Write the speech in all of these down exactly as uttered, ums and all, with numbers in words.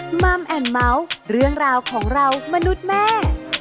มัมแอนด์เมาส์เรื่องราวของเรามนุษย์แม่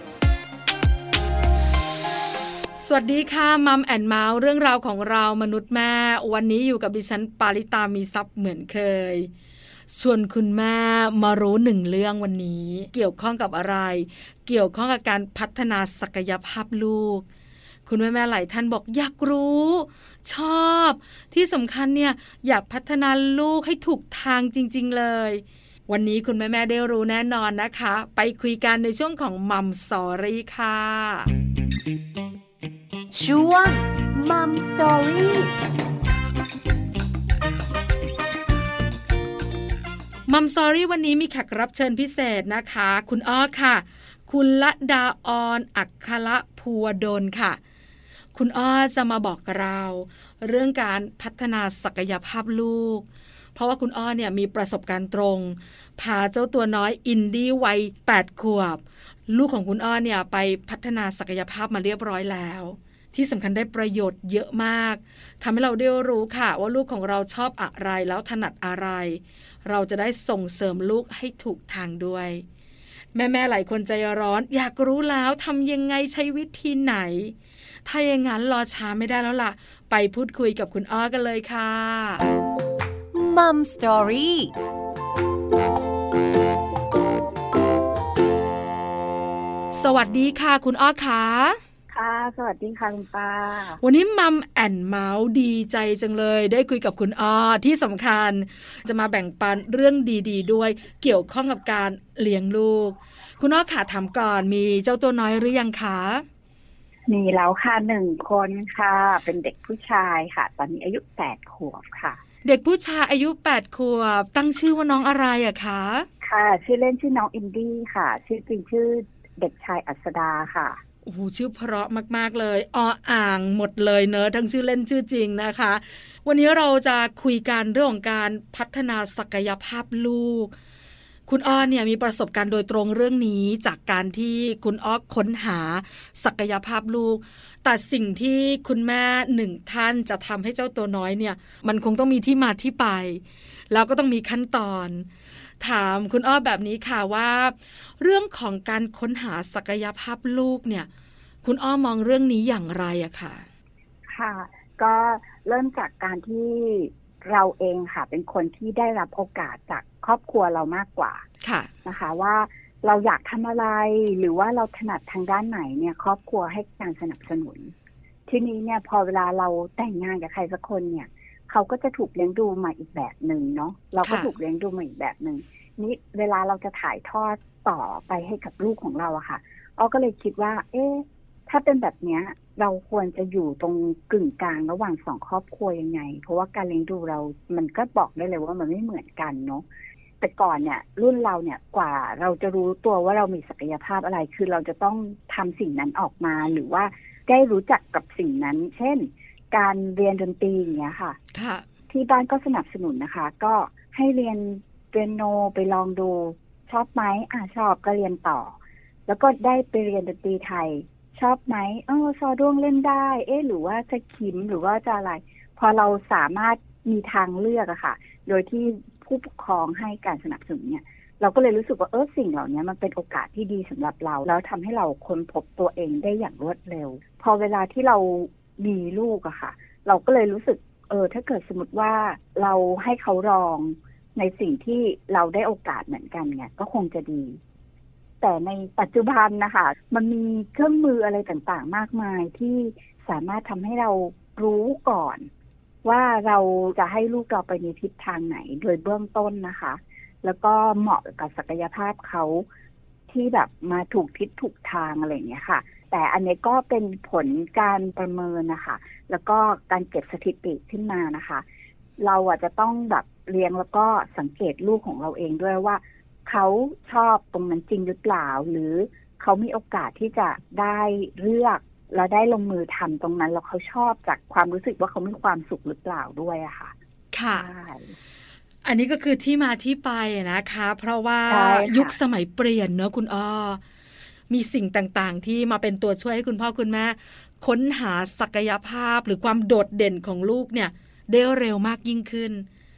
สวัสดีค่ะมัมแอนด์เมาส์เรื่องราวของเรามนุษย์แม่วันนี้อยู่กับดิฉันปาริตามีทรัพย์เหมือนเคยชวนคุณแม่มารู้หนึ่งเรื่องวันนี้เกี่ยวข้องกับอะไรเกี่ยวข้องกับการพัฒนาศักยภาพลูกคุณแม่แม่หลายท่านบอกอยากรู้ชอบที่สำคัญเนี่ยอยากพัฒนาลูกให้ถูกทางจริงๆเลยวันนี้คุณแม่แม่ได้รู้แน่นอนนะคะไปคุยกันในช่วงของมัมสอรี่ค่ะช่วงมัมสตอรี่มัมสตอรี่วันนี้มีแขกรับเชิญพิเศษนะคะคุณอ้อค่ะคุณละดาออนอัคคละภูวดลค่ะคุณอ้อจะมาบอกเราเรื่องการพัฒนาศักยภาพลูกเพราะว่าคุณอ้อเนี่ยมีประสบการณ์ตรงพาเจ้าตัวน้อยอินดี้วัยแปดขวบลูกของคุณอ้อเนี่ยไปพัฒนาศักยภาพมาเรียบร้อยแล้วที่สำคัญได้ประโยชน์เยอะมากทำให้เราได้รู้ค่ะว่าลูกของเราชอบอะไรแล้วถนัดอะไรเราจะได้ส่งเสริมลูกให้ถูกทางด้วยแม่ๆหลายคนใจร้อนอยากรู้แล้วทำยังไงใช้วิธีไหนถ้าอย่างนั้นรอช้าไม่ได้แล้วล่ะไปพูดคุยกับคุณอ้อกันเลยค่ะมัมสตอรี่สวัสดีค่ะคุณอ้อค่ะค่ะสวัสดีค่ะคุณป้าวันนี้มัมแอนเมาส์ดีใจจังเลยได้คุยกับคุณอ้อที่สำคัญจะมาแบ่งปันเรื่องดีๆด้วยเกี่ยวข้องกับการเลี้ยงลูกคุณอ้อค่ะถามก่อนมีเจ้าตัวน้อยหรือยังคะมีแล้วค่ะหนึ่งคนค่ะเป็นเด็กผู้ชายค่ะตอนนี้อายุแปดขวบค่ะเด็กผู้ชายอายุแปดขวบตั้งชื่อว่าน้องอะไรอะคะค่ะชื่อเล่นชื่อน้องอินดี้ค่ะชื่อจริงชื่อเด็กชายอัสดาค่ะโอ้โหชื่อเพราะมากๆเลยออ่างหมดเลยเนอะทั้งชื่อเล่นชื่อจริงนะคะวันนี้เราจะคุยกันเรื่องของการพัฒนาศักยภาพลูกคุณอ้อเนี่ยมีประสบการณ์โดยตรงเรื่องนี้จากการที่คุณอ้อค้นหาศักยภาพลูกแต่สิ่งที่คุณแม่หนึ่งท่านจะทำให้เจ้าตัวน้อยเนี่ยมันคงต้องมีที่มาที่ไปแล้วก็ต้องมีขั้นตอนถามคุณอ้อแบบนี้ค่ะว่าเรื่องของการค้นหาศักยภาพลูกเนี่ยคุณอ้อมองเรื่องนี้อย่างไรอะค่ะค่ะก็เริ่มจากการที่เราเองค่ะเป็นคนที่ได้รับโอกาสจากครอบครัวเรามากกว่าค่ะนะคะว่าเราอยากทำอะไรหรือว่าเราถนัดทางด้านไหนเนี่ยครอบครัวให้การสนับสนุนทีนี้เนี่ยพอเวลาเราแต่งงานกับใครสักคนเนี่ยเขาก็จะถูกเลี้ยงดูมาอีกแบบหนึ่งเนาะเราก็ถูกเลี้ยงดูมาอีกแบบหนึ่งนี่เวลาเราจะถ่ายทอดต่อไปให้กับลูกของเราอะค่ะอ้อก็เลยคิดว่าเอ๊ะถ้าเป็นแบบเนี้ยเราควรจะอยู่ตรงกึ่งกลางระหว่างสองครอบครัวยังไงเพราะว่าการเลี้ยงดูเรามันก็บอกได้เลยว่ามันไม่เหมือนกันเนาะแต่ก่อนเนี่ยรุ่นเราเนี่ยกว่าเราจะรู้ตัวว่าเรามีศักยภาพอะไรคือเราจะต้องทำสิ่งนั้นออกมาหรือว่าได้รู้จักกับสิ่งนั้นเช่นการเรียนดนตรีอย่างเงี้ยค่ะที่บ้านก็สนับสนุนนะคะก็ให้เรียนเปียโนไปลองดูชอบไหมอ่ะชอบก็เรียนต่อแล้วก็ได้ไปเรียนดนตรีไทยชอบไหมเออซอด้วงเล่นได้เอ๊ะหรือว่าจะขิมหรือว่าจะอะไรพอเราสามารถมีทางเลือกอะค่ะโดยที่ผู้ปกครองให้การสนับสนุนเนี่ยเราก็เลยรู้สึกว่าเออสิ่งเหล่านี้มันเป็นโอกาสที่ดีสำหรับเราแล้วทำให้เราค้นพบตัวเองได้อย่างรวดเร็วพอเวลาที่เรามีลูกอะค่ะเราก็เลยรู้สึกเออถ้าเกิดสมมติว่าเราให้เขาลองในสิ่งที่เราได้โอกาสเหมือนกันเนี่ยก็คงจะดีแต่ในปัจจุบันนะคะมันมีเครื่องมืออะไรต่างๆมากมายที่สามารถทำให้เรารู้ก่อนว่าเราจะให้ลูกเราไปในทิศทางไหนโดยเบื้องต้นนะคะแล้วก็เหมาะกับศักยภาพเขาที่แบบมาถูกทิศถูกทางอะไรอย่างเงี้ยค่ะแต่อันนี้ก็เป็นผลการประเมินนะคะแล้วก็การเก็บสถิติขึ้นมานะคะเราอาจจะต้องแบบเรียนแล้วก็สังเกตลูกของเราเองด้วยว่าเขาชอบตรงนั้นจริงหรือเปล่าหรือเขามีโอกาสที่จะได้เลือกแล้วได้ลงมือทำตรงนั้นแล้วเขาชอบจากความรู้สึกว่าเขามีความสุขหรือเปล่าด้วยอะค่ะค่ะอันนี้ก็คือที่มาที่ไปนะคะเพราะว่ายุคสมัยเปลี่ยนเนอะคุณอ้อมีสิ่งต่างๆที่มาเป็นตัวช่วยให้คุณพ่อคุณแม่ค้นหาศักยภาพหรือความโดดเด่นของลูกเนี่ยได้เร็วมากยิ่งขึ้น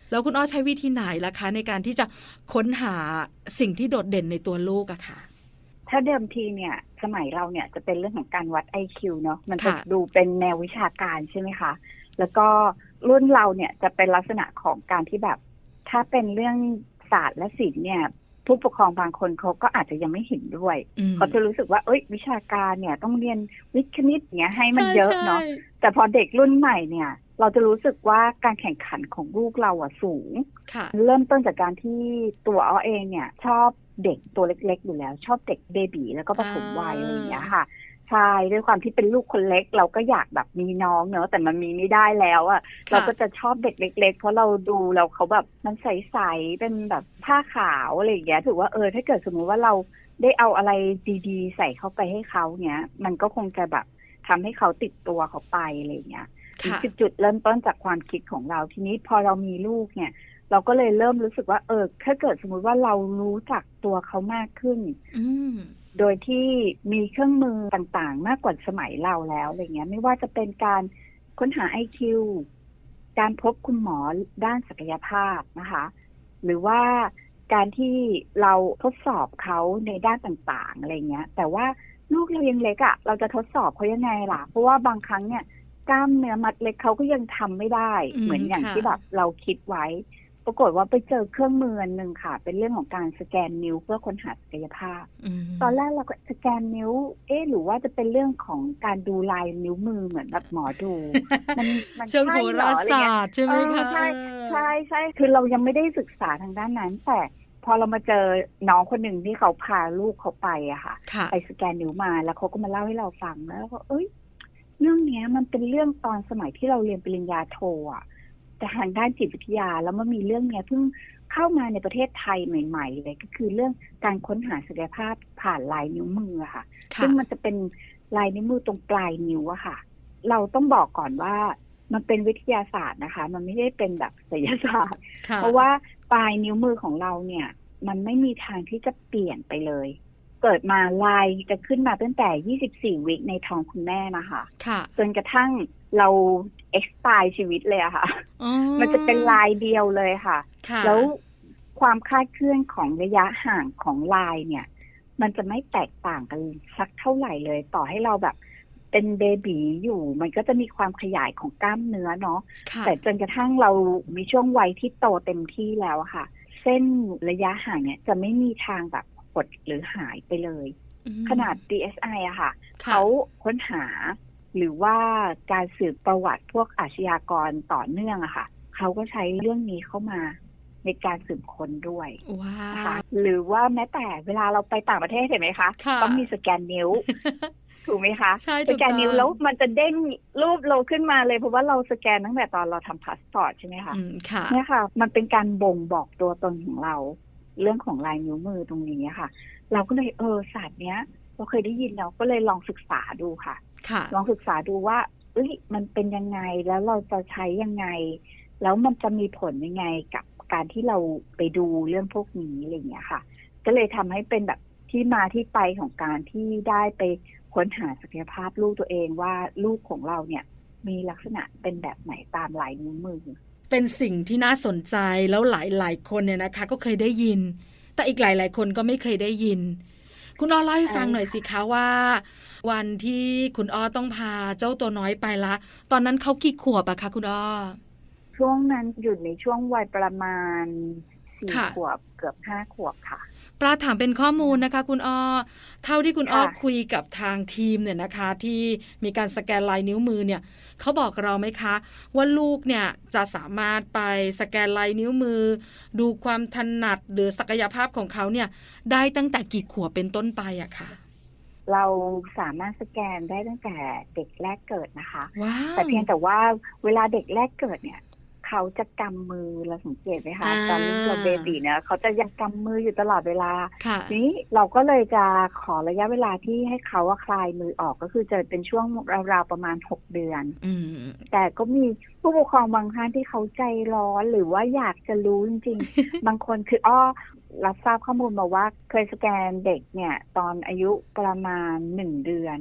แล้วคุณอ้อใช้วิธีไหนล่ะคะในการที่จะค้นหาสิ่งที่โดดเด่นในตัวลูกอะค่ะถ้าเดิมทีเนี่ยสมัยเราเนี่ยจะเป็นเรื่องของการวัด ไอ คิว เนาะมันจะดูเป็นแนววิชาการใช่ไหมคะแล้วก็รุ่นเราเนี่ยจะเป็นลักษณะของการที่แบบถ้าเป็นเรื่องศาสตร์และศิลป์เนี่ยผู้ปกครองบางคนเขาก็อาจจะยังไม่เห็นด้วยเขาจะรู้สึกว่าเอ้ยวิชาการเนี่ยต้องเรียนวิทย์คณิตเนี้ยให้มันเยอะเนาะแต่พอเด็กรุ่นใหม่เนี่ยเราจะรู้สึกว่าการแข่งขันของลูกเราอะสูงเริ่มต้นจากการที่ตัวอ้อเองเนี่ยชอบเด็กตัวเล็กๆอยู่แล้วชอบเด็กเบบีแล้วก็ปฐมวัยอะไรอย่างเงี้ยค่ะใช่ด้วยความที่เป็นลูกคนเล็กเราก็อยากแบบมีน้องเนอะแต่มันมีไม่ได้แล้วอะเราก็จะชอบเด็กเล็กๆเพราะเราดูแล้วเขาแบบมันใสๆเป็นแบบผ้าขาวอะไรอย่างเงี้ยถือว่าเออถ้าเกิดสมมุติว่าเราได้เอาอะไรดีๆใส่เข้าไปให้เขาเนี้ยมันก็คงจะแบบทำให้เขาติดตัวเขาไปอะไรอย่างเงี้ยจุดจุดเริ่มต้นจากความคิดของเราทีนี้พอเรามีลูกเนี่ยเราก็เลยเริ่มรู้สึกว่าเออถ้าเกิดสมมุติว่าเรารู้จักตัวเขามากขึ้นโดยที่มีเครื่องมือต่างๆมากกว่าสมัยเราแล้วอะไรเงี้ยไม่ว่าจะเป็นการค้นหา ไอ คิว การพบคุณหมอด้านศักยภาพนะคะหรือว่าการที่เราทดสอบเขาในด้านต่างๆอะไรเงี้ยแต่ว่าลูกเรายังเล็กอ่ะเราจะทดสอบเขายังไงล่ะเพราะว่าบางครั้งเนี่ยกล้ามเนื้อมัดเล็กเขาก็ยังทำไม่ได้เหมือนอย่างที่แบบเราคิดไว้ปรากฏว่าไปเจอเครื่องมือหนึ่งค่ะเป็นเรื่องของการสแกนนิ้วเพื่อค้นหาศักยภาพตอนแรกเราก็สแกนนิ้วเอ๊ะหรือว่าจะเป็นเรื่องของการดูลายนิ้วมือเหมือนแบบหมอดูมันมันใช่เหรออะไรเงี้ยใช่ไหมคะใช่ใช่ใช่คือเรายังไม่ได้ศึกษาทางด้านนั้นแต่พอเรามาเจอน้องคนหนึ่งที่เขาพาลูกเขาไปอะค่ะไปสแกนนิ้วมาแล้วเขาก็มาเล่าให้เราฟังแล้วก็เอ้ยเรื่องนี้มันเป็นเรื่องตอนสมัยที่เราเรียนปริญญาโทอะแต่ทางด้านจิตวิทยาแล้วมันมีเรื่องเนี้ยเพิ่งเข้ามาในประเทศไทยใหม่ๆเลยก็คือเรื่องการค้นหาศักยภาพผ่านลายนิ้วมือค่ะซึ่งมันจะเป็นลายนิ้วมือตรงปลายนิ้วอะค่ะเราต้องบอกก่อนว่ามันเป็นวิทยาศาสตร์นะคะมันไม่ได้เป็นแบบไสยศาสตร์เพราะว่าปลายนิ้วมือของเราเนี่ยมันไม่มีทางที่จะเปลี่ยนไปเลยเกิดมาลายจะขึ้นมาตั้งแต่ยี่สิบสี่วิในท้องคุณแม่นะคะจนกระทั่งเราเอ็กซ์ไพร์ชีวิตเลยอะค่ะมันจะเป็นลายเดียวเลยค่ะแล้วความคลาดเคลื่อนของระยะห่างของลายเนี่ยมันจะไม่แตกต่างกันสักเท่าไหร่เลยต่อให้เราแบบเป็นเบบีอยู่มันก็จะมีความขยายของกล้ามเนื้อเนาะแต่จนกระทั่งเรามีช่วงวัยที่โตเต็มที่แล้วค่ะเส้นระยะห่างเนี่ยจะไม่มีทางแบบหดหรือหายไปเลยขนาด ดี เอส ไอ อะค่ะเขาค้นหาหรือว่าการสืบประวัติพวกอาชญากรต่อเนื่องอะค่ะเขาก็ใช้เรื่องนี้เข้ามาในการสืบค้นด้วยนะคะหรือว่าแม้แต่เวลาเราไปต่างประเทศเห็นไหมคะต้องมีสแกนนิ้ว ถูกไหมคะสแกนนิ้วแล้วมันจะเด้งรูปเราขึ้นมาเลยเพราะว่าเราสแกนตั้งแต่ตอนเราทำพาสปอร์ตใช่ไหมคะเนี่ยค่ะมันเป็นการบ่งบอกตัวตนของเราเรื่องของลายนิ้วมือตรงนี้ค่ะเราก็เลยเออศาสตร์เนี้ยเราเคยได้ยินเราก็เลยลองศึกษาดูค่ะลองศึกษาดูว่าเอ้ยมันเป็นยังไงแล้วเราจะใช้ยังไงแล้วมันจะมีผลยังไงกับการที่เราไปดูเรื่องพวกนี้อะไรอย่างเงี้ยค่ะก็เลยทำให้เป็นแบบที่มาที่ไปของการที่ได้ไปค้นหาศักยภาพลูกตัวเองว่าลูกของเราเนี่ยมีลักษณะเป็นแบบไหนตามลายนิ้วมือเป็นสิ่งที่น่าสนใจแล้วหลายๆคนเนี่ยนะคะก็เคยได้ยินแต่อีกหลายๆคนก็ไม่เคยได้ยินคุณอ้อเล่าให้ฟังหน่อยสิคะว่าวันที่คุณอ้อต้องพาเจ้าตัวน้อยไปละตอนนั้นเขากี่ขวบอะคะคุณอ้อช่วงนั้นอยู่ในช่วงวัยประมาณสี่ขวบเกือบห้าขวบค่ะปลาถามเป็นข้อมูลนะคะคุณอ้อเท่าที่คุณอ้อคุยกับทางทีมเนี่ยนะคะที่มีการสแกนลายนิ้วมือเนี่ยเขาบอกเราไหมคะว่าลูกเนี่ยจะสามารถไปสแกนลายนิ้วมือดูความถนัดหรือศักยภาพของเขาเนี่ยได้ตั้งแต่กี่ขวบเป็นต้นไปอะค่ะเราสามารถสแกนได้ตั้งแต่เด็กแรกเกิดนะคะ wow. แต่เพียงแต่ว่าเวลาเด็กแรกเกิดเนี่ยเขาจะกำมือเราสังเกตไหมคะตอนเราเบบีเนี่ยเขาจะยังกำมืออยู่ตลอดเวลานี้เราก็เลยจะขอระยะเวลาที่ให้เขาคลายมือออกก็คือจะเป็นช่วงราวๆประมาณหกเดือนแต่ก็มีผู้ปกครองบางท่านที่เขาใจร้อนหรือว่าอยากจะรู้จริงๆ บางคนคืออ้อรับทราบข้อมูลมาว่าเคยสแกนเด็กเนี่ยตอนอายุประมาณหนึ่งเดือน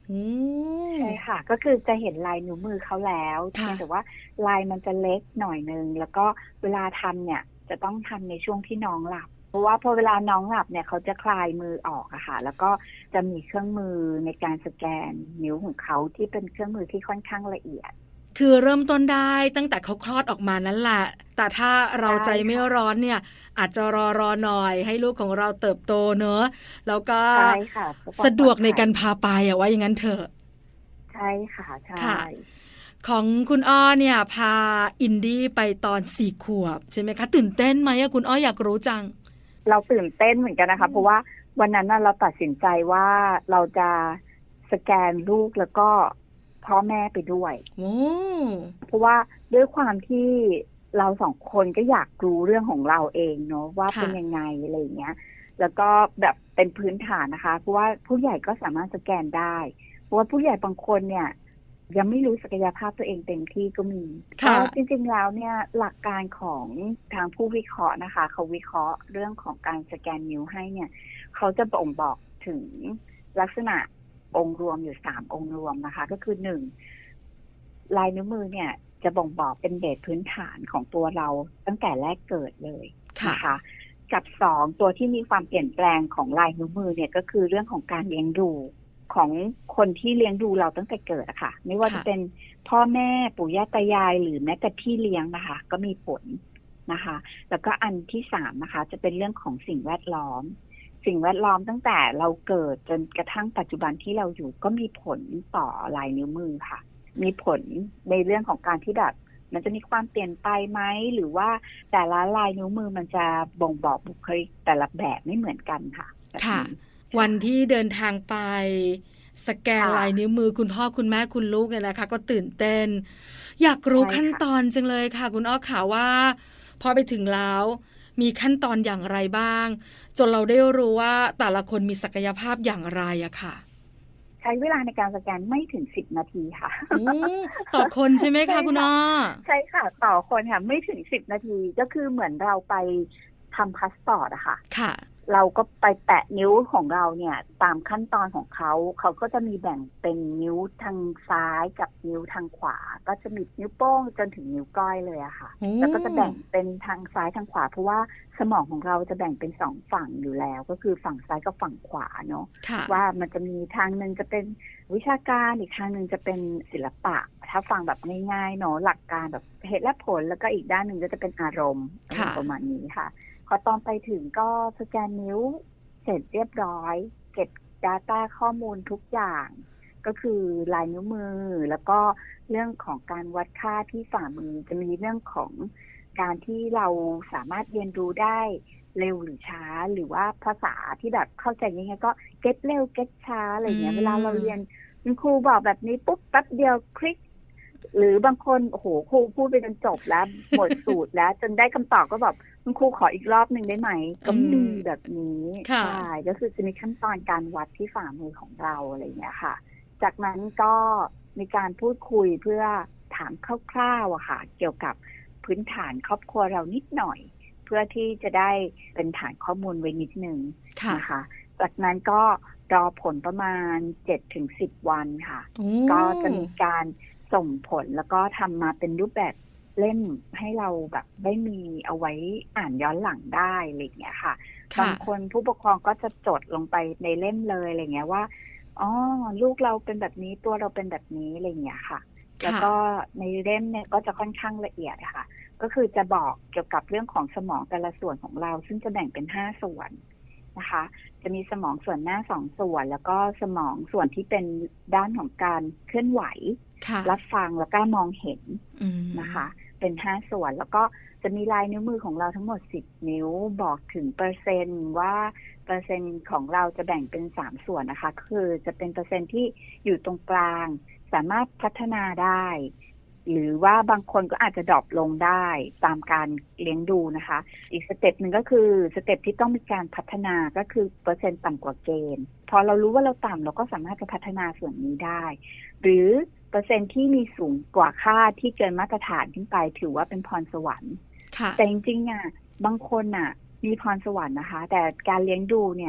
ใช่ค่ะก็คือจะเห็นลายนิ้วมือเขาแล้วเพียงแต่ว่าลายมันจะเล็กหน่อยนึงแล้วก็เวลาทำเนี่ยจะต้องทำในช่วงที่น้องหลับเพราะว่าพอเวลาน้องหลับเนี่ยเขาจะคลายมือออกอะค่ะแล้วก็จะมีเครื่องมือในการสแกนนิ้วของเขาที่เป็นเครื่องมือที่ค่อนข้างละเอียดคือเริ่มต้นได้ตั้งแต่เขาคลอดออกมานั่นแหละแต่ถ้าเราใจไม่ร้อนเนี่ยอาจจะรอรอหน่อยให้ลูกของเราเติบโตเนอะแล้วก็สะดวกในการพาไปอะว่าอย่างนั้นเถอะใช่ค่ะใช่ของคุณอ้อเนี่ยพาอินดี้ไปตอนสี่ขวบใช่ไหมคะตื่นเต้นไหมอะคุณอ้ออยากรู้จังเราตื่นเต้นเหมือนกันนะคะเพราะว่าวันนั้นเราตัดสินใจว่าเราจะสแกนลูกแล้วก็พ่อแม่ไปด้วยเพราะว่าด้วยความที่เราสองคนก็อยากรู้เรื่องของเราเองเนาะว่าเป็นยังไงอะไรเงี้ยแล้วก็แบบเป็นพื้นฐานนะคะเพราะว่าผู้ใหญ่ก็สามารถสแกนได้เพราะว่าผู้ใหญ่บางคนเนี่ยยังไม่รู้ศักยภาพตัวเองเต็มที่ก็มีแต่จริงๆแล้วเนี่ยหลักการของทางผู้วิเคราะห์นะคะเขาวิเคราะห์เรื่องของการสแกนนิ้วให้เนี่ยเขาจะบ่งบอกถึงลักษณะองค์รวมอยู่สามองค์รวมนะคะก็คือหนึ่งลายนิ้วมือเนี่ยจะบ่งบอกเป็นเบสพื้นฐานของตัวเราตั้งแต่แรกเกิดเลยนะคะกับสองตัวที่มีความเปลี่ยนแปลงของลายนิ้วมือเนี่ยก็คือเรื่องของการเลี้ยงดูของคนที่เลี้ยงดูเราตั้งแต่เกิดอะค่ะไม่ว่าจะเป็นพ่อแม่ปู่ย่าตายายหรือแม้แต่พี่เลี้ยงนะคะก็มีผลนะคะแล้วก็อันที่สามนะคะจะเป็นเรื่องของสิ่งแวดล้อมสิ่งแวดล้อมตั้งแต่เราเกิดจนกระทั่งปัจจุบันที่เราอยู่ก็มีผลต่อลายนิ้วมือค่ะมีผลในเรื่องของการที่แบบมันจะมีความเปลี่ยนไปไหมหรือว่าแต่ละลายนิ้วมือมันจะบ่งบอกบุคลิกแต่ละแบบไม่เหมือนกันค่ะค่ะวันที่เดินทางไปสแกนลายนิ้วมือคุณพ่อคุณแม่คุณลูกเนี่ยนะคะก็ตื่นเต้นอยากรู้ขั้นตอนจังเลยค่ะคุณอ้อค่ะว่าพอไปถึงแล้วมีขั้นตอนอย่างไรบ้างจนเราได้รู้ว่าแต่ละคนมีศักยภาพอย่างไรอะค่ะใช้เวลาในการสแกนไม่ถึงสิบนาทีค่ะต่อคนใช่ไหมคะคุณอ้อใช่ค่ะต่อคนค่ะไม่ถึงสิบนาทีก็คือเหมือนเราไปทำพาสปอร์ตอะค่ะค่ะเราก็ไปแตะนิ้วของเราเนี่ยตามขั้นตอนของเขาเขาก็จะมีแบ่งเป็นนิ้วทางซ้ายกับนิ้วทางขวาก็จะมีนิ้วโป้งจนถึงนิ้วก้อยเลยอะค่ะแล้วก็จะแบ่งเป็นทางซ้ายทางขวาเพราะว่าสมองของเราจะแบ่งเป็นสองฝั่งอยู่แล้วก็คือฝั่งซ้ายกับฝั่งขวาเนาะว่ามันจะมีทางนึงจะเป็นวิชาการอีกทางนึงจะเป็นศิลปะถ้าฟังแบบง่ายๆเนาะหลักการแบบเหตุและผลแล้วก็อีกด้านนึงก็จะเป็นอารมณ์ประมาณนี้ค่ะพอตอนไปถึงก็สแกนนิ้วเสร็จเรียบร้อยเก็บ data ข้อมูลทุกอย่างก็คือลายนิ้วมือแล้วก็เรื่องของการวัดค่าที่ฝ่ามือจะมีเรื่องของการที่เราสามารถเรียนรู้ได้เร็วหรือช้าหรือว่าภาษาที่แบบเข้าใจง่ายๆก็เก็ตเร็วเก็ตช้าอะไรเงี้ยเวลาเราเรียนคุณครูบอกแบบนี้ปุ๊บแป๊บเดียวคลิกหรือบางคนโอ้โหครูพูดไปจนจบแล้วหมดสูตรแล้วจนได้คำตอบก็แบบคุณครูขออีกรอบหนึ่งได้ไหมก็มีแบบนี้ใช่ก็คือจะมีขั้นตอนการวัดที่ฝ่ามือของเราอะไรอย่างเงี้ยค่ะจากนั้นก็มีการพูดคุยเพื่อถามคร่าวๆอะค่ะเกี่ยวกับพื้นฐานครอบครัวเรานิดหน่อยเพื่อที่จะได้เป็นฐานข้อมูลไว้นิดนึงนะคะจากนั้นก็รอผลประมาณ เจ็ดถึงสิบ วันค่ะก็จะมีการส่งผลแล้วก็ทำมาเป็นรูปแบบเล่มให้เราแบบได้มีเอาไว้อ่านย้อนหลังได้อะไรอย่างเงี้ยค่ะบางคนผู้ปกครองก็จะจดลงไปในเล่มเลยอะไรเงี้ยว่าอ๋อลูกเราเป็นแบบนี้ตัวเราเป็นแบบนี้อะไรอย่างเงี้ยค่ะแล้วก็ในเล่มเนี่ยก็จะค่อนข้างละเอียดค่ะก็คือจะบอกเกี่ยวกับเรื่องของสมองแต่ละส่วนของเราซึ่งจะแบ่งเป็นห้าส่วนนะคะจะมีสมองส่วนหน้าสองส่วนแล้วก็สมองส่วนที่เป็นด้านของการเคลื่อนไหวรับฟังแล้วก็มองเห็นนะคะเป็นห้าส่วนแล้วก็จะมีลายนิ้วมือของเราทั้งหมดสิบนิ้วบอกถึงเปอร์เซ็นต์ว่าเปอร์เซ็นต์ของเราจะแบ่งเป็นสามส่วนนะคะคือจะเป็นเปอร์เซ็นต์ที่อยู่ตรงกลางสามารถพัฒนาได้หรือว่าบางคนก็อาจจะดรอปลงได้ตามการเลี้ยงดูนะคะอีกสเต็ปหนึ่งก็คือสเต็ปที่ต้องมีการพัฒนาก็คือเปอร์เซ็นต์ต่ำกว่าเกณฑ์พอเรารู้ว่าเราต่ำเราก็สามารถจะพัฒนาส่วนนี้ได้หรือเปอร์เซ็นต์ที่มีสูงกว่าค่าที่เกินมาตรฐานขึ้นไปถือว่าเป็นพรสวรรค์แต่จริงๆอ่ะบางคนอ่ะมีพรสวรรค์นะคะแต่การเลี้ยงดูเนี่ย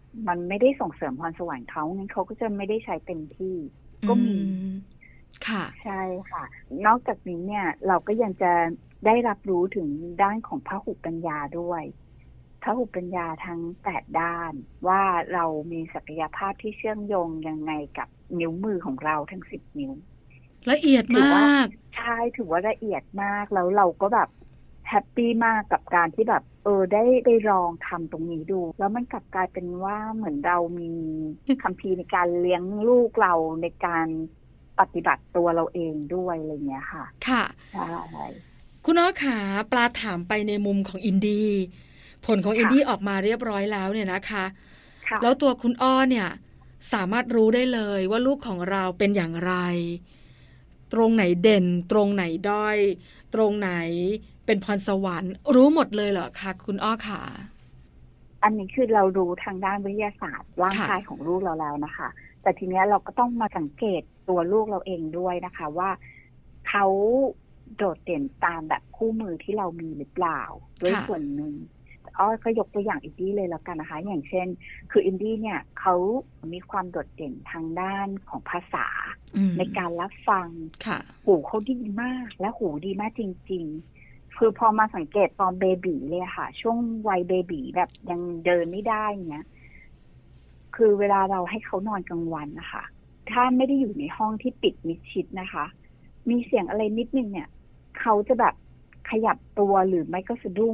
มันไม่ได้ส่งเสริมพรสวรรค์เขางั้นเขาก็จะไม่ได้ใช้เต็มที่ก็มีค่ะใช่ค่ะนอกจากนี้เนี่ยเราก็ยังจะได้รับรู้ถึงด้านของพหุปัญญาด้วยพหุปัญญาทั้งแปดด้านว่าเรามีศักยภาพที่เชื่อมโยงยังไงกับนิ้วมือของเราทั้งสิบนิ้วละเอียดมากใช่ถือว่าละเอียดมากแล้วเราก็แบบแฮปปี้มากกับการที่แบบเออได้ได้ลองทำตรงนี้ดูแล้วมันกลับกลายเป็นว่าเหมือนเรามีคัมภีร์ในการเลี้ยงลูกเราในการปฏิบัติตัวเราเองด้วยอะไรเงี้ยค่ะค่ะใช่คุณอ้อขาปลาถามไปในมุมของอินดี้ผลของอินดี้ออกมาเรียบร้อยแล้วเนี่ยนะคะแล้วตัวคุณอ้อเนี่ยสามารถรู้ได้เลยว่าลูกของเราเป็นอย่างไรตรงไหนเด่นตรงไหนด้อยตรงไหนเป็นพรสวรรค์รู้หมดเลยเหรอคะคุณอ้อขาอันนี้คือเรารู้ทางด้านวิทยาศาสตร์ร่างกายของลูกเราแล้วนะคะแต่ทีนี้เราก็ต้องมาสังเกตตัวลูกเราเองด้วยนะคะว่าเขาโดดเด่นตามแบบคู่มือที่เรามีหรือเปล่าด้วยส่วนหนึ่งอ้อก็ยกตัวอย่างอินดี้เลยแล้วกันนะคะอย่างเช่นคืออินดี้เนี่ยเขามีความโดดเด่นทางด้านของภาษาในการรับฟังหูเขาดีมากและหูดีมากจริงๆคือพอมาสังเกตตอนเบบีเลยค่ะช่วงวัยเบบีแบบยังเดินไม่ได้เงี้ยคือเวลาเราให้เขานอนกลางวันนะคะถ้าไม่ได้อยู่ในห้องที่ปิดมิดชิดนะคะมีเสียงอะไรนิดนึงเนี่ยเขาจะแบบขยับตัวหรือไม่ก็สะดุ้ง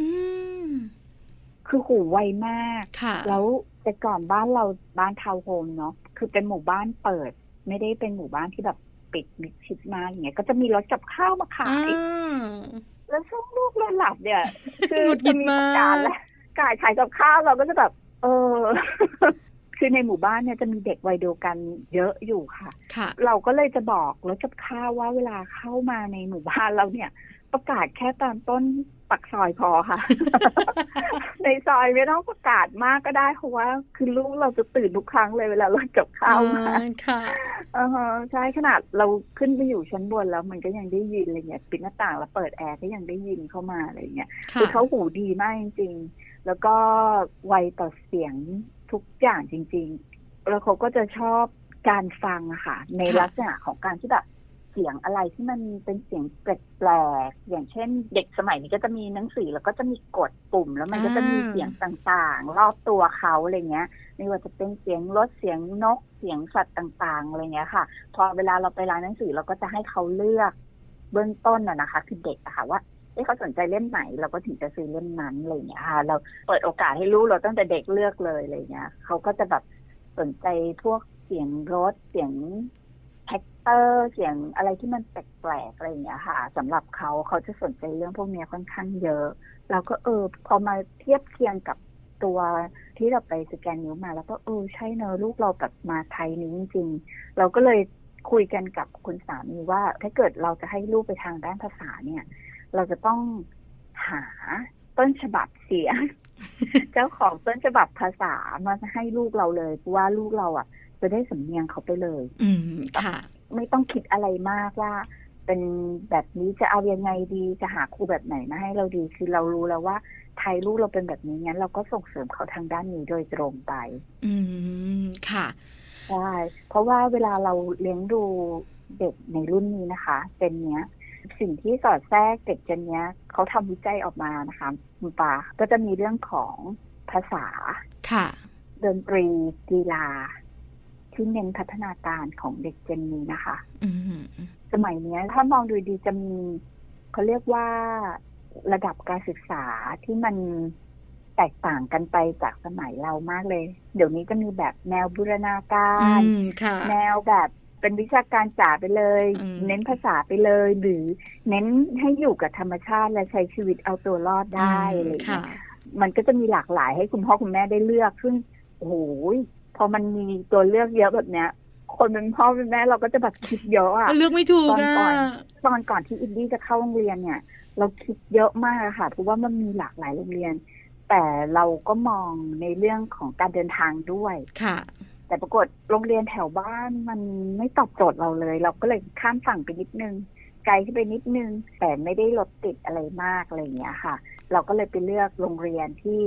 คือหูไวมากแล้วแต่ก่อนบ้านเราบ้านทาวน์โฮมเนาะคือเป็นหมู่บ้านเปิดไม่ได้เป็นหมู่บ้านที่แบบปิดมิดชิดมากอย่างเงี้ยก็จะมีรถกับข้าวมาขายแล้วช่วงลูกเราหลับเนี่ยคือจะมีการและกายขายกับข้าวเราก็จะแบบเออคือในหมู่บ้านเนี่ยจะมีเด็กวัยเดียวกันเยอะอยู่ค่ะเราก็เลยจะบอกรถกับข้าวว่าเวลาเข้ามาในหมู่บ้านเราเนี่ยประกาศแค่ตอนต้นปักซอยพอค่ะ ในซอยไม่ต้องประกาศมากก็ได้เพราะว่าคือลูกเราจะตื่นทุกครั้งเลยเวลารถกับข้าวมาค่ะอ่าใช่ขนาดเราขึ้นไปอยู่ชั้นบนแล้วมันก็ยังได้ยินอะไรเงี้ยปิดหน้าต่างแล้วเปิดแอร์ก็ยังได้ยินเข้ามาอะไรเงี้ยคือเขาหูดีมากจริงๆแล้วก็ไวต่อเสียงทุกอย่างจริงๆแล้วเขาก็จะชอบการฟังอะค่ะในลักษณะของการที่แบบเสียงอะไรที่มันเป็นเสียงแปลกๆอย่างเช่นเด็กสมัยนี้ก็จะมีหนังสือแล้วก็จะมีกดปุ่มแล้วมันก็จะมีเสียงต่างๆรอบตัวเขาอะไรเงี้ยไม่ว่าจะเป็นเสียงรถเสียงนกเสียงสัตว์ต่างๆอะไรเงี้ยค่ะพอเวลาเราไปร้านหนังสือเราก็จะให้เขาเลือกเบื้องต้นน่ะนะคะคือเด็กอะค่ะว่าเขาสนใจเล่มไหนเราก็ถึงจะซื้อเล่มนั้นอะไรเงี้ยค่ะเราเปิดโอกาสให้ลูกเราตั้งแต่เด็กเลือกเลยอะไรเงี้ยเขาก็จะแบบสนใจพวกเสียงรถเสียงแท็กเตอร์เสียงอะไรที่มันแปลกๆอะไรอย่างเงี้ยค่ะสำหรับเขาเขาจะสนใจเรื่องพวกนี้ค่อนข้างเยอะเราก็เออพอมาเทียบเคียงกับตัวที่เราไปสแกนนิ้วมาแล้วก็เออใช่เนอะลูกเราแบบมาไทยนี้จริงๆเราก็เลยคุยกันกับคุณสามีว่าถ้าเกิดเราจะให้ลูกไปทางด้านภาษาเนี่ยเราจะต้องหาต้นฉบับเสียง เจ้าของต้นฉบับภาษามาให้ลูกเราเลยเพราะว่าลูกเราอ่ะจะได้สำเนียงเขาไปเลยอืมค่ะไม่ต้องคิดอะไรมากว่าเป็นแบบนี้จะเอายังไงดีจะหาครูแบบไหนมาให้เราดีคือเรารู้แล้วว่าไทยลูกเราเป็นแบบนี้งั้นเราก็ส่งเสริมเขาทางด้านนี้โดยตรงไปอืมค่ะใช่เพราะว่าเวลาเราเลี้ยงดูเด็กในรุ่นนี้นะคะเป็นเนี้ยสิ่งที่สอดแทรกเด็กเจนเนี้ยเขาทำวิจัยออกมานะคะคุณปาก็จะมีเรื่องของภาษาค่ะดนตรีกีฬาที่เน้นพัฒนาการของเด็กเจนนี้นะคะสมัยนี้ถ้ามองดูดีจะมีเขาเรียกว่าระดับการศึกษาที่มันแตกต่างกันไปจากสมัยเรามากเลยเดี๋ยวนี้ก็มีแบบแนวบูรณาการแนวแบบเป็นวิชาการจ๋าไปเลยเน้นภาษาไปเลยหรือเน้นให้อยู่กับธรรมชาติและใช้ชีวิตเอาตัวรอดได้อะไรอย่างเงี้ยมันก็จะมีหลากหลายให้คุณพ่อคุณแม่ได้เลือกซึ่งโอ้โหพอมันมีตัวเลือกเยอะแบบเนี้ยคนเป็นพ่อเป็นแม่เราก็จะแบบคิดเยอะอะเลือกไม่ถูกตอนก่อนตอนก่อนที่อินดี้จะเข้าโรงเรียนเนี่ยเราคิดเยอะมากค่ะเพราะว่ามันมีหลากหลายโรงเรียนแต่เราก็มองในเรื่องของการเดินทางด้วยค่ะแต่ปรากฏโรงเรียนแถวบ้านมันไม่ตอบโจทย์เราเลยเราก็เลยข้ามฝั่งไปนิดนึงไกลขึ้นไปนิดนึงแต่ไม่ได้รถติดอะไรมากอะไรอย่างเงี้ยค่ะเราก็เลยไปเลือกโรงเรียนที่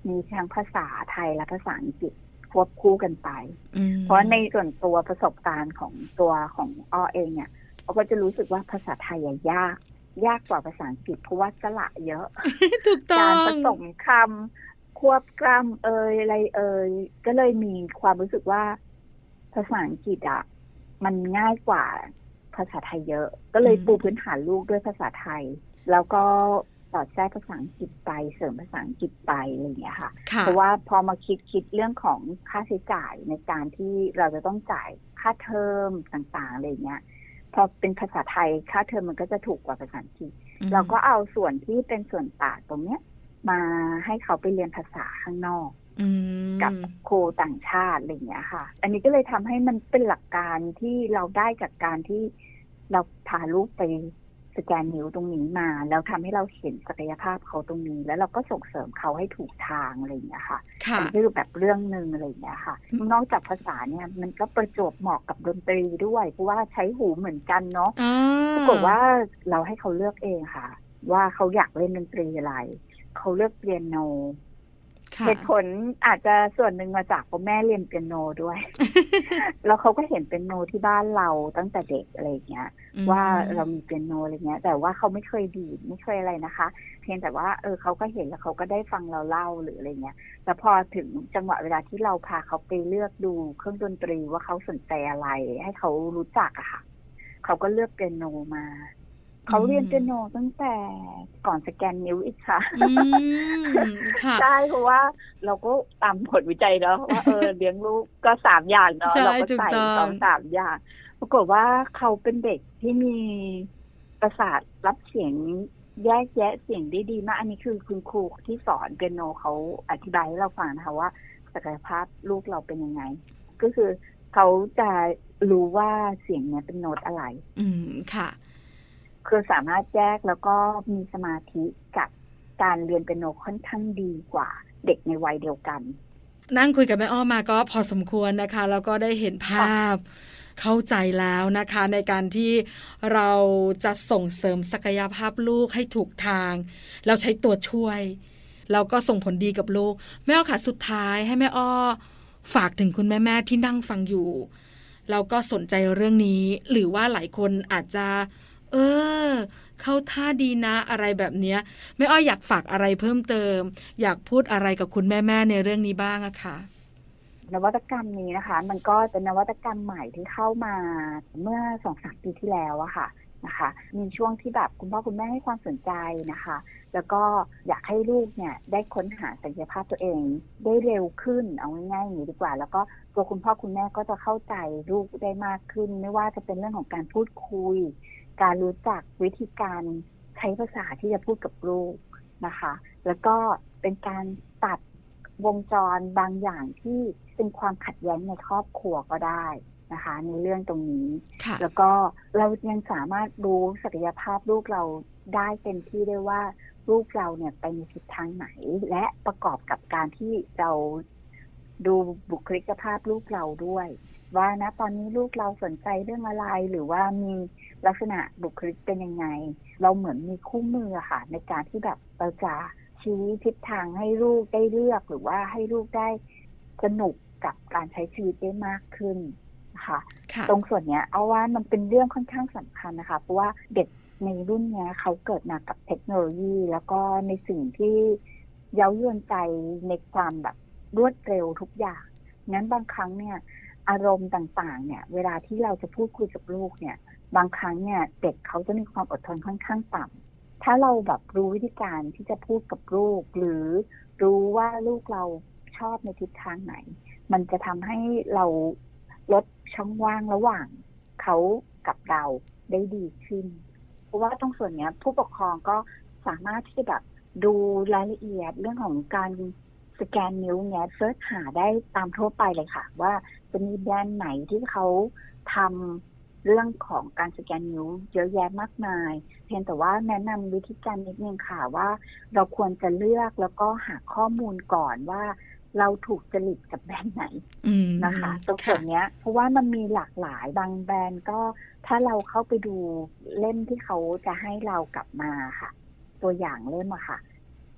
มีทั้งภาษาไทยและภาษาอังกฤษควบคู่กันไปอืมเพราะในส่วนตัวประสบการณ์ของตัวของอ้อเองเนี่ยเขาก็จะรู้สึกว่าภาษาไทยอะยากยากกว่าภาษาอังกฤษเพราะว่าสระเยอะถูกต้กาอรง ผสมคำควบกล้ำเอยอะไรเอยก็เลยมีความรู้สึกว่าภาษาอังกฤษอะมันง่ายกว่าภาษาไทยเยอะ ก็เลยปูพื้นฐานลูกด้วยภาษาไทย แล้วก็สอดแทรกภาษาอังกฤษไปเสริมภาษาอังกฤษไปอะไรอย่างเงี้ยค่ะค่ะเพราะว่าพอมาคิดคิดเรื่องของค่าใช้จ่ายในการที่เราจะต้องจ่ายค่าเทอมต่างๆอะไรเงี้ยพอเป็นภาษาไทยค่าเทอมมันก็จะถูกกว่าภาษาอังกฤษอืมเราก็เอาส่วนที่เป็นส่วนต่างตรงเนี้ยมาให้เขาไปเรียนภาษาข้างนอกอืมกับครูต่างชาติอะไรอย่างเงี้ยค่ะ อันนี้ก็เลยทำให้มันเป็นหลักการที่เราได้จากการที่เราพาลูกไปสแกนนิ้วตรงนี้มา แล้วทำให้เราเห็นศักยภาพเขาตรงนี้ แล้วเราก็ส่งเสริมเขาให้ถูกทางอะไรอย่างเงี้ยค่ะค่ะอันนี้คือแบบเรื่องหนึ่งอะไรอย่างเงี้ยค่ะ นอกจากภาษาเนี่ยมันก็ประจวบเหมาะกับดนตรีด้วยเพราะว่าใช้หูเหมือนกันเนาะอ่าปรากฏว่าเราให้เขาเลือกเองค่ะ ว่าเขาอยากเล่นดนตรีอะไรเขาเลือกเปียโนค่ะเหตุผลอาจจะส่วนหนึ่งมาจากพ่อแม่เรียนเปียโนด้วย แล้วเขาก็เห็นเปียโนที่บ้านเราตั้งแต่เด็กอะไรอย่างเงี้ยอืมว่าเรามีเปียโนอะไรเงี้ย แต่ว่าเขาไม่เคยดีดไม่เคยอะไรนะคะ เพียงแต่ว่าเออเขาก็เห็นแล้วเขาก็ได้ฟังเราเล่าหรืออะไรเงี้ยแต่พอถึงจังหวะเวลาที่เราพาเขาไปเลือกดูเครื่องดนตรีว่าเขาสนใจอะไร ให้เขารู้จักอะค่ะเขาก็เลือกเปียโนมาเขาเรียนเปียโนตั้งแต่ก่อนสแกนนิ้วอีกค่ะอืมค่ะใช่เพราะว่าเราก็ตามผลวิจัยเนาะว่าเออเลี้ยงลูกก็สามอย่างเนาะใช่เราก็ถูกใส่ต้องสองสามอย่างปรากฏว่าเขาเป็นเด็กที่มีประสาทรับเสียงแยกแยะเสียงได้ดีมากอันนี้คือคุณครูที่สอนเปียโนเขาอธิบายให้เราฟังนะคะว่าศักยภาพลูกเราเป็นยังไง ก็คือเขาจะรู้ว่าเสียงเนี้ยเป็นโน้ตอะไรอืมค่ะคือสามารถแยกแล้วก็มีสมาธิกับการเรียนเปียโนค่อนข้างดีกว่าเด็กในวัยเดียวกันนั่งคุยกับแม่อ้อมมาก็พอสมควรนะคะแล้วก็ได้เห็นภาพเข้าใจแล้วนะคะ ในการที่เราจะส่งเสริมศักยภาพลูกให้ถูกทางแล้วใช้ตัวช่วยแล้วก็ส่งผลดีกับลูกแม่อ้อค่ะสุดท้ายให้แม่อ้อฝากถึงคุณแม่ๆที่นั่งฟังอยู่แล้วก็สนใจเรื่องนี้หรือว่าหลายคนอาจจะเออเข้าท่าดีนะอะไรแบบเนี้ยแม่อ้ออยากฝากอะไรเพิ่มเติมอยากพูดอะไรกับคุณแม่ๆในเรื่องนี้บ้างอะค่ะนวัตกรรมนี้นะคะมันก็เป็นนวัตกรรมใหม่ที่เข้ามาเมื่อสองสามปีที่แล้วอะค่ะนะคะมีช่วงที่แบบคุณพ่อคุณแม่ให้ความสนใจนะคะแล้วก็อยากให้ลูกเนี่ยได้ค้นหาศักยภาพตัวเองได้เร็วขึ้นเอาง่ายๆอย่างนี้ดีกว่าแล้วก็ตัวคุณพ่อคุณแม่ก็จะเข้าใจลูกได้มากขึ้นไม่ว่าจะเป็นเรื่องของการพูดคุยการรู้จักวิธีการใช้ภาษาที่จะพูดกับลูกนะคะแล้วก็เป็นการตัดวงจรบางอย่างที่เป็นความขัดแย้งในครอบครัวก็ได้นะคะในเรื่องตรงนี้แล้วก็เรายังสามารถรู้ศักยภาพลูกเราได้เต็มที่ได้ว่าลูกเราเนี่ยไปในทิศทางไหนและประกอบกับการที่เราดูบุคลิกภาพลูกเราด้วยว่านะตอนนี้ลูกเราสนใจเรื่องอะไรหรือว่ามีลักษณะบุคลิกเป็นยังไงเราเหมือนมีคู่มือค่ะในการที่แบบเราจะชี้ทิศทางให้ลูกได้เลือกหรือว่าให้ลูกได้สนุกกับการใช้ชีวิตได้มากขึ้นนะคะตรงส่วนเนี้ยเอาว่ามันเป็นเรื่องค่อนข้างสำคัญนะคะเพราะว่าเด็กในรุ่นนี้เขาเกิดมากับเทคโนโลยีแล้วก็ในสิ่งที่เย้ายวนใจในความแบบรวดเร็วทุกอย่างงั้นบางครั้งเนี่ยอารมณ์ต่างๆเนี่ยเวลาที่เราจะพูดคุยกับลูกเนี่ยบางครั้งเนี่ยเด็กเขาจะมีความอดทนค่อนข้างต่ำถ้าเราแบบรู้วิธีการที่จะพูดกับลูกหรือรู้ว่าลูกเราชอบในทิศทางไหนมันจะทำให้เราลดช่องว่างระหว่างเขากับเราได้ดีขึ้นเพราะว่าตรงส่วนนี้ผู้ปกครองก็สามารถที่จะแบบดูรายละเอียดเรื่องของการสแกนนิ้วเนี้ยเสิร์ชหาได้ตามทั่วไปเลยค่ะว่าจะมีแบรนด์ไหนที่เขาทำเรื่องของการสแกนนิ้วเยอะแยะมากมายเพียงแต่ว่าแนะนำวิธีการนิดนึงค่ะว่าเราควรจะเลือกแล้วก็หาข้อมูลก่อนว่าเราถูกจริตกับแบรนด์ไหนนะคะตรงส่วนนี้เพราะว่ามันมีหลากหลายบางแบรนด์ก็ถ้าเราเข้าไปดูเล่มที่เขาจะให้เรากลับมาค่ะตัวอย่างเล่มอะค่ะ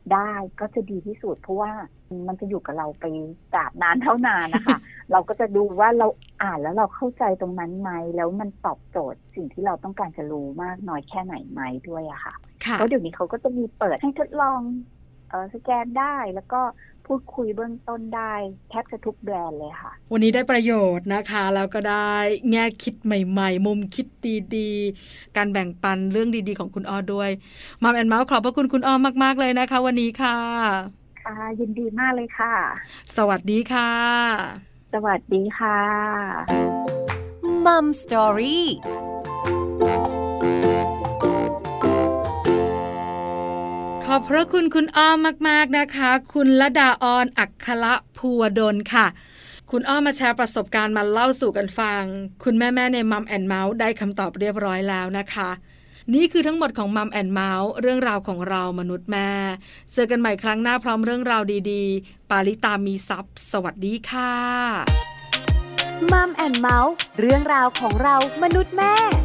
ได้ก็จะดีที่สุดเพราะว่ามันจะอยู่กับเราไปตราบนานเท่านานนะคะ เราก็จะดูว่าเราอ่านแล้วเราเข้าใจตรงนั้นไหมแล้วมันตอบโจทย์สิ่งที่เราต้องการจะรู้มากน้อยแค่ไหนไหมด้วยอะค่ะเพราะเดี๋ยวนี้เขาก็จะมีเปิดให้ทดลองเออสแกนได้แล้วก็พูดคุยเบื้องต้นได้แทบจะทุกแบรนด์เลยค่ะวันนี้ได้ประโยชน์นะคะแล้วก็ได้แง่คิดใหม่ๆมุมคิดดีๆการแบ่งปันเรื่องดีๆของคุณอ้อด้วยมัมแอนด์เมาส์ขอบพระคุณคุณอ้อมากๆเลยนะคะวันนี้ค่ะค่ะยินดีมากเลยค่ะสวัสดีค่ะสวัสดีค่ะมัมสตอรี่ขอบพระคุณคุณอ้อมมากๆนะคะคุณลดาออนอัคคละภูวดลค่ะคุณอ้อมมาแชร์ประสบการณ์มาเล่าสู่กันฟังคุณแม่ๆในมัมแอนด์เมาส์ได้คำตอบเรียบร้อยแล้วนะคะนี่คือทั้งหมดของมัมแอนด์เมาส์เรื่องราวของเรามนุษย์แม่เจอกันใหม่ครั้งหน้าพร้อมเรื่องราวดีๆปาริตามีซัพ์สวัสดีค่ะมัมแอนด์เมาส์เรื่องราวของเรามนุษย์แม่